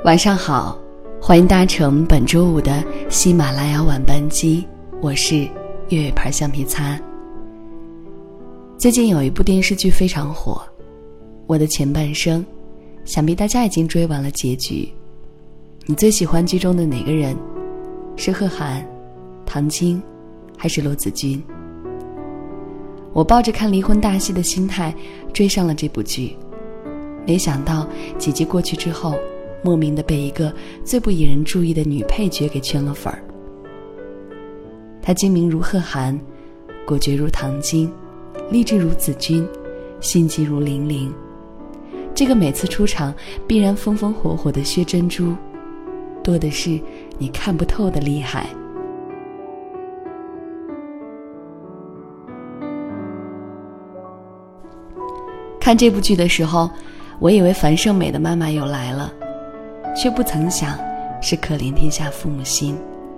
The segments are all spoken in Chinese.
晚上好，欢迎搭乘本周五的喜马拉雅晚班机，我是月月牌橡皮擦。最近有一部电视剧非常火，我的前半生，想必大家已经追完了结局。你最喜欢剧中的哪个人？是贺涵、唐晶还是罗子君？我抱着看离婚大戏的心态追上了这部剧，没想到几集过去之后，莫名的被一个最不引人注意的女配角给圈了粉儿。她精明如贺涵，果决如唐晶，励志如子君，心机如玲玲。这个每次出场必然风风火火的薛珍珠，多的是你看不透的厉害。看这部剧的时候，我以为樊胜美的妈妈又来了，却不曾想是可怜天下父母心。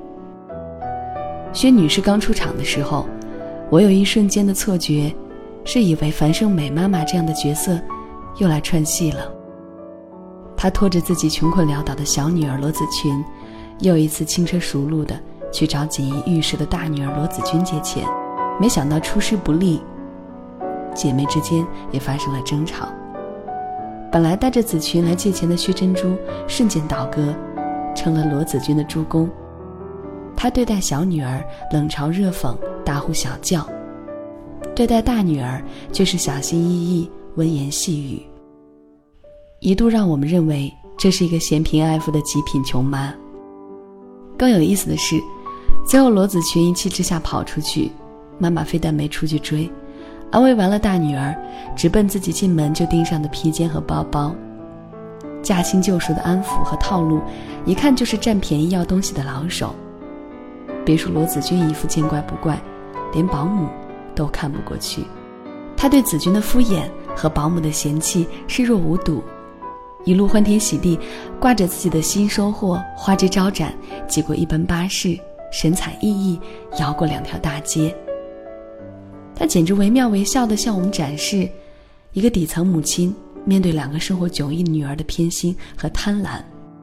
薛女士刚出场的时候，我有一瞬间的错觉，是以为樊胜美妈妈这样的角色又来串戏了。她拖着自己穷困潦倒的小女儿罗子群，又一次轻车熟路的去找锦衣玉食的大女儿罗子君借钱，没想到出师不利，姐妹之间也发生了争吵。本来带着子群来借钱的薛珍珠瞬间倒戈，成了罗子君的助攻。她对待小女儿冷嘲热讽，大呼小叫，对待大女儿却是小心翼翼，温言细语，一度让我们认为这是一个嫌贫爱富的极品穷妈。更有意思的是，最后罗子群一气之下跑出去，妈妈非但没出去追，安慰完了大女儿，直奔自己进门就盯上的披肩和包包。驾轻就熟的安抚和套路，一看就是占便宜要东西的老手。别说罗子君一副见怪不怪，连保姆都看不过去。他对子君的敷衍和保姆的嫌弃视若无睹，一路欢天喜地，挂着自己的新收获，花枝招展，挤过一班巴士，神采奕奕，摇过2条大街。他简直惟妙惟肖地向我们展示一个底层母亲面对2个生活迥异女儿的偏心和贪婪。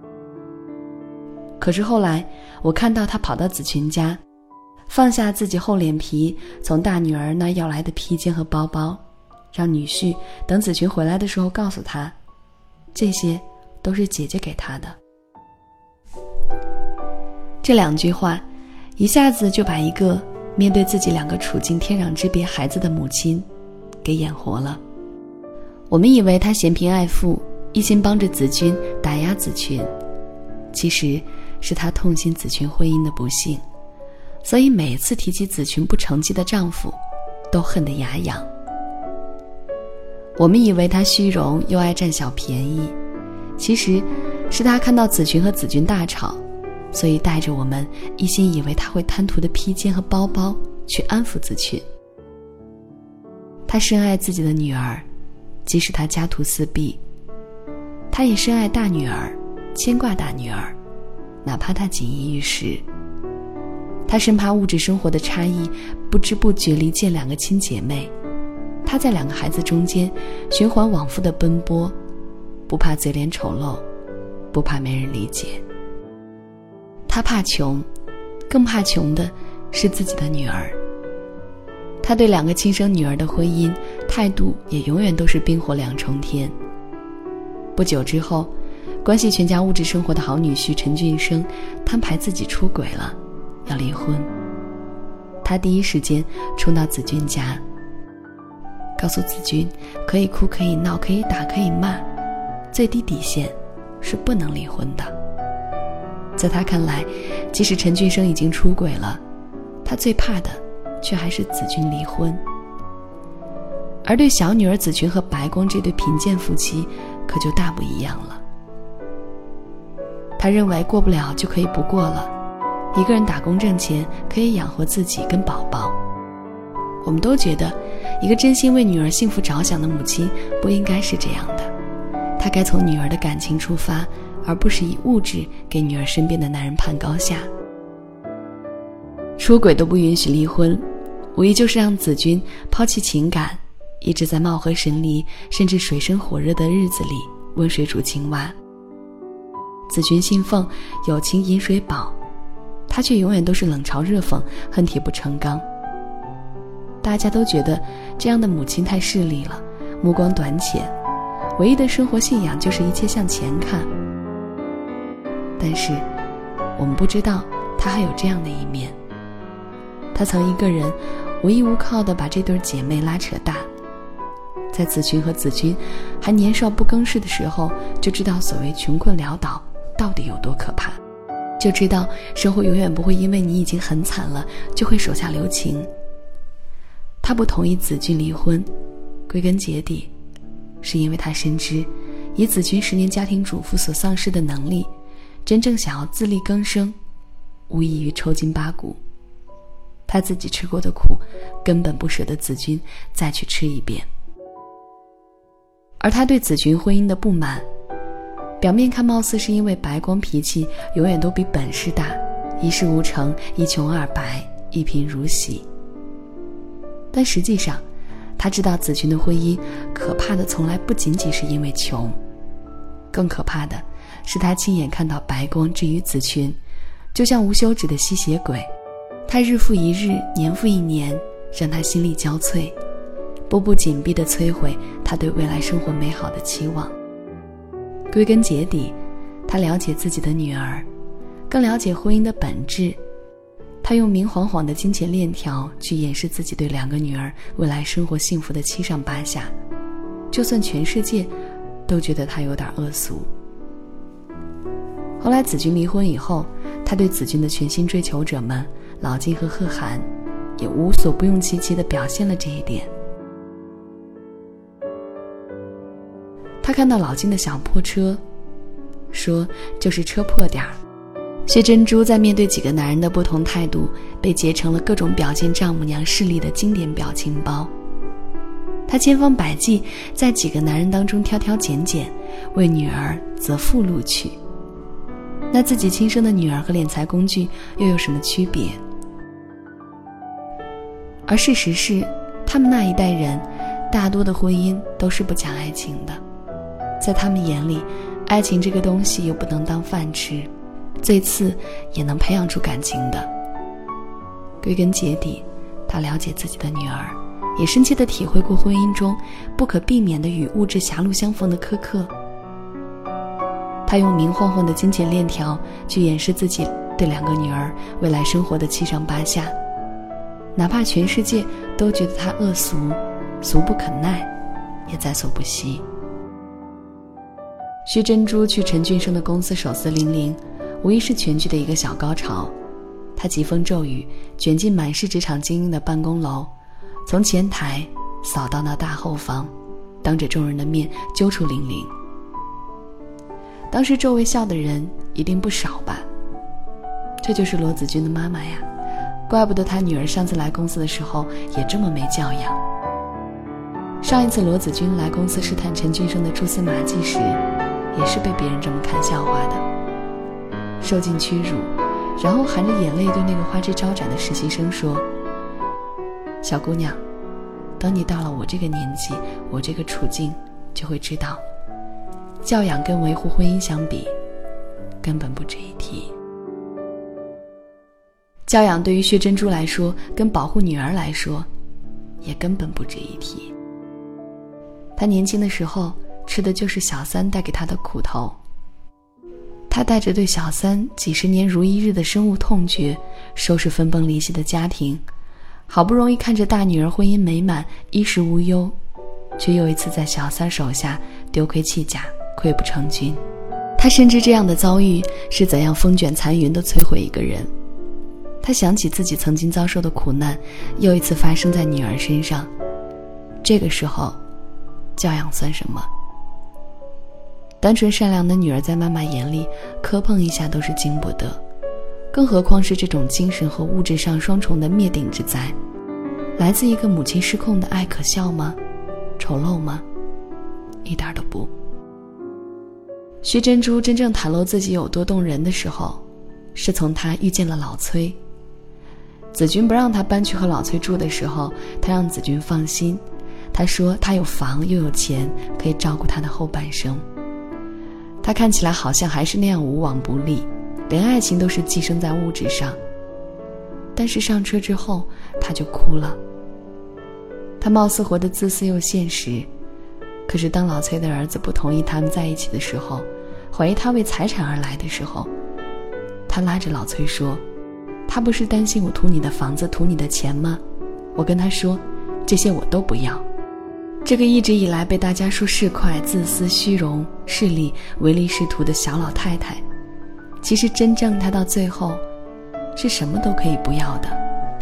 可是后来我看到他跑到子群家，放下自己厚脸皮，从大女儿那要来的披肩和包包，让女婿等子群回来的时候告诉他，这些都是姐姐给他的。这2句话一下子就把一个面对自己2个处境天壤之别孩子的母亲给演活了。我们以为他嫌贫爱富，一心帮着子君打压子群，其实是他痛心子群婚姻的不幸，所以每次提起子群不成器的丈夫都恨得牙痒。我们以为他虚荣又爱占小便宜，其实是他看到子群和子君大吵，所以带着我们一心以为他会贪图的披肩和包包去安抚子群。他深爱自己的女儿，即使他家徒四壁，他也深爱大女儿，牵挂大女儿，哪怕她锦衣玉食。他生怕物质生活的差异不知不觉离间2个亲姐妹，他在2个孩子中间循环往复的奔波，不怕嘴脸丑陋，不怕没人理解。他怕穷，更怕穷的是自己的女儿。他对2个亲生女儿的婚姻态度也永远都是冰火2重天。不久之后，关系全家物质生活的好女婿陈俊生摊牌自己出轨了，要离婚。他第一时间冲到子君家，告诉子君可以哭可以闹可以打可以骂，最低底线是不能离婚的。在他看来，即使陈俊生已经出轨了，他最怕的却还是子君离婚。而对小女儿子群和白光这对贫贱夫妻可就大不一样了。他认为过不了就可以不过了，一个人打工挣钱可以养活自己跟宝宝。我们都觉得一个真心为女儿幸福着想的母亲不应该是这样的，她该从女儿的感情出发，而不是以物质给女儿身边的男人攀高下。出轨都不允许离婚，无疑就是让子君抛弃情感，一直在貌合神离甚至水深火热的日子里温水煮青蛙。 子君信奉友情饮水饱，他却永远都是冷嘲热讽，恨铁不成钢。大家都觉得这样的母亲太势利了，目光短浅，唯一的生活信仰就是一切向前看。但是我们不知道她还有这样的一面，她曾一个人无依无靠地把这对姐妹拉扯大，在子群和子君还年少不更事的时候，就知道所谓穷困潦倒到底有多可怕，就知道生活永远不会因为你已经很惨了就会手下留情。他不同意子君离婚，归根结底是因为他深知以子君10年家庭主妇所丧失的能力，真正想要自力更生无异于抽筋扒骨。他自己吃过的苦根本不舍得子君再去吃一遍。而他对子君婚姻的不满，表面看貌似是因为白光脾气永远都比本事大，一事无成，一穷二白，一贫如洗。但实际上他知道子君的婚姻可怕的从来不仅仅是因为穷，更可怕的是他亲眼看到白光置于子群，就像无休止的吸血鬼，他日复一日，年复一年，让他心力交瘁，步步紧逼地摧毁他对未来生活美好的期望。归根结底，他了解自己的女儿，更了解婚姻的本质。他用明晃晃的金钱链条去掩饰自己对2个女儿未来生活幸福的七上八下，就算全世界都觉得他有点恶俗。后来子君离婚以后，他对子君的全心追求者们老金和贺涵也无所不用其极地表现了这一点。他看到老金的小破车，说就是车破点儿。薛珍珠在面对几个男人的不同态度，被截成了各种表现丈母娘势力的经典表情包。她千方百计在几个男人当中挑挑拣拣，为女儿择妇录取。那自己亲生的女儿和敛财工具又有什么区别？而事实是，他们那一代人大多的婚姻都是不讲爱情的，在他们眼里，爱情这个东西又不能当饭吃，最次也能培养出感情的。归根结底，他了解自己的女儿，也深切地体会过婚姻中不可避免的与物质狭路相逢的苛刻。他用明晃晃的金钱链条去掩饰自己对2个女儿未来生活的七上八下，哪怕全世界都觉得他恶俗，俗不可耐，也在所不惜。薛珍珠去陈俊生的公司手撕零零，无疑是全剧的一个小高潮。他疾风骤雨，卷进满是职场精英的办公楼，从前台扫到那大后方，当着众人的面揪出零零。当时周围笑的人一定不少吧？这就是罗子君的妈妈呀，怪不得她女儿上次来公司的时候也这么没教养。上一次罗子君来公司试探陈俊生的蛛丝马迹时，也是被别人这么看笑话的，受尽屈辱，然后含着眼泪对那个花枝招展的实习生说：小姑娘，等你到了我这个年纪，我这个处境，就会知道教养跟维护婚姻相比，根本不值一提。教养对于薛珍珠来说，跟保护女儿来说，也根本不值一提。她年轻的时候吃的就是小三带给她的苦头，她带着对小三几10年如一日的深恶痛绝，收拾分崩离析的家庭，好不容易看着大女儿婚姻美满，衣食无忧，却又一次在小三手下丢盔弃甲，溃不成军。她深知这样的遭遇是怎样风卷残云地摧毁一个人。她想起自己曾经遭受的苦难，又一次发生在女儿身上。这个时候，教养算什么？单纯善良的女儿在妈妈眼里磕碰一下都是经不得，更何况是这种精神和物质上双重的灭顶之灾。来自一个母亲失控的爱可笑吗？丑陋吗？一点都不。薛珍珠真正袒露自己有多动人的时候，是从她遇见了老崔。子君不让她搬去和老崔住的时候，她让子君放心，她说她有房又有钱，可以照顾她的后半生。 他看起来好像还是那样无往不利，连爱情都是寄生在物质上。但是上车之后他就哭了。他貌似活得自私又现实，可是当老崔的儿子不同意他们在一起的时候，怀疑他为财产而来的时候，他拉着老崔说，他不是担心我图你的房子图你的钱吗？我跟他说这些我都不要。这个一直以来被大家说市侩、自私、虚荣、势利、唯利是图的小老太太，其实真正她到最后是什么都可以不要的。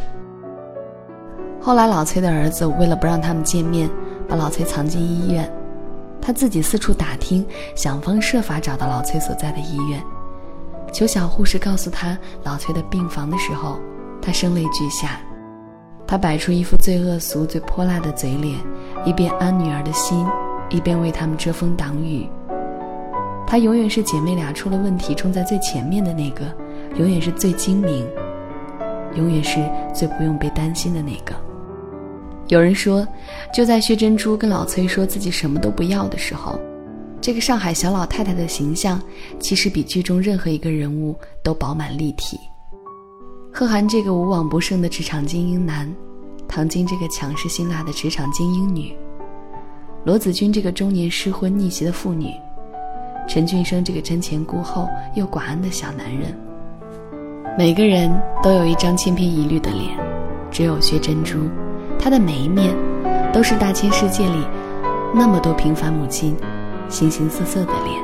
后来老崔的儿子为了不让他们见面，把老崔藏进医院，他自己四处打听，想方设法找到老崔所在的医院，求小护士告诉他老崔的病房的时候，他声泪俱下。他摆出一副最恶俗最泼辣的嘴脸，一边安女儿的心，一边为他们遮风挡雨。他永远是姐妹俩出了问题冲在最前面的那个，永远是最精明，永远是最不用被担心的那个。有人说，就在薛珍珠跟老崔说自己什么都不要的时候，这个上海小老太太的形象其实比剧中任何一个人物都饱满立体。贺涵这个无往不胜的职场精英男，唐晶这个强势辛辣的职场精英女，罗子君这个中年失婚逆袭的妇女，陈俊生这个瞻前顾后又寡恩的小男人，每个人都有一张千篇一律的脸，只有薛珍珠，她的每一面都是大千世界里那么多平凡母亲形形色色的脸。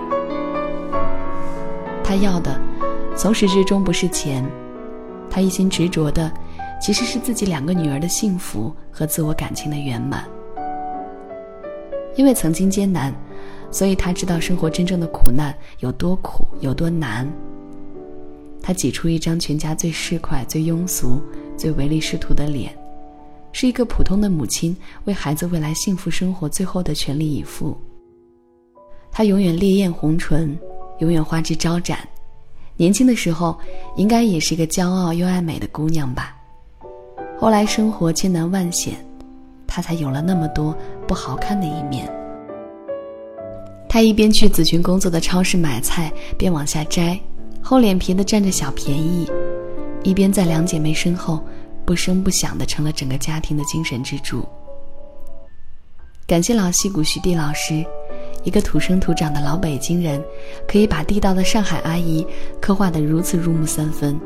她要的从始至终不是钱，她一心执着的其实是自己2个女儿的幸福和自我感情的圆满。因为曾经艰难，所以她知道生活真正的苦难有多苦有多难。她挤出一张全家最市侩最庸俗最唯利是图的脸，是一个普通的母亲为孩子未来幸福生活最后的全力以赴。她永远烈焰红唇，永远花枝招展，年轻的时候应该也是一个骄傲又爱美的姑娘吧。后来生活千难万险，她才有了那么多不好看的一面。她一边去子群工作的超市买菜，边往下摘，厚脸皮的占着小便宜，一边在2姐妹身后不声不响地成了整个家庭的精神支柱。感谢老戏骨徐娣老师，一个土生土长的老北京人，可以把地道的上海阿姨刻画得如此入木三分。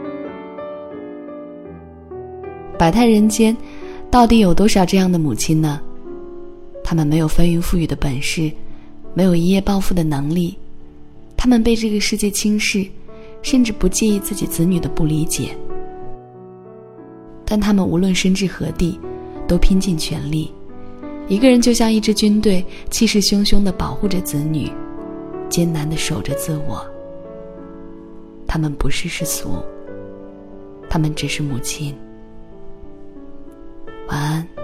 百态人间，到底有多少这样的母亲呢？她们没有翻云覆雨的本事，没有一夜暴富的能力，她们被这个世界轻视，甚至不介意自己子女的不理解。但她们无论身至何地，都拼尽全力。一个人就像一支军队，气势汹汹地保护着子女，艰难地守着自我。她们不是世俗，她们只是母亲。晚安。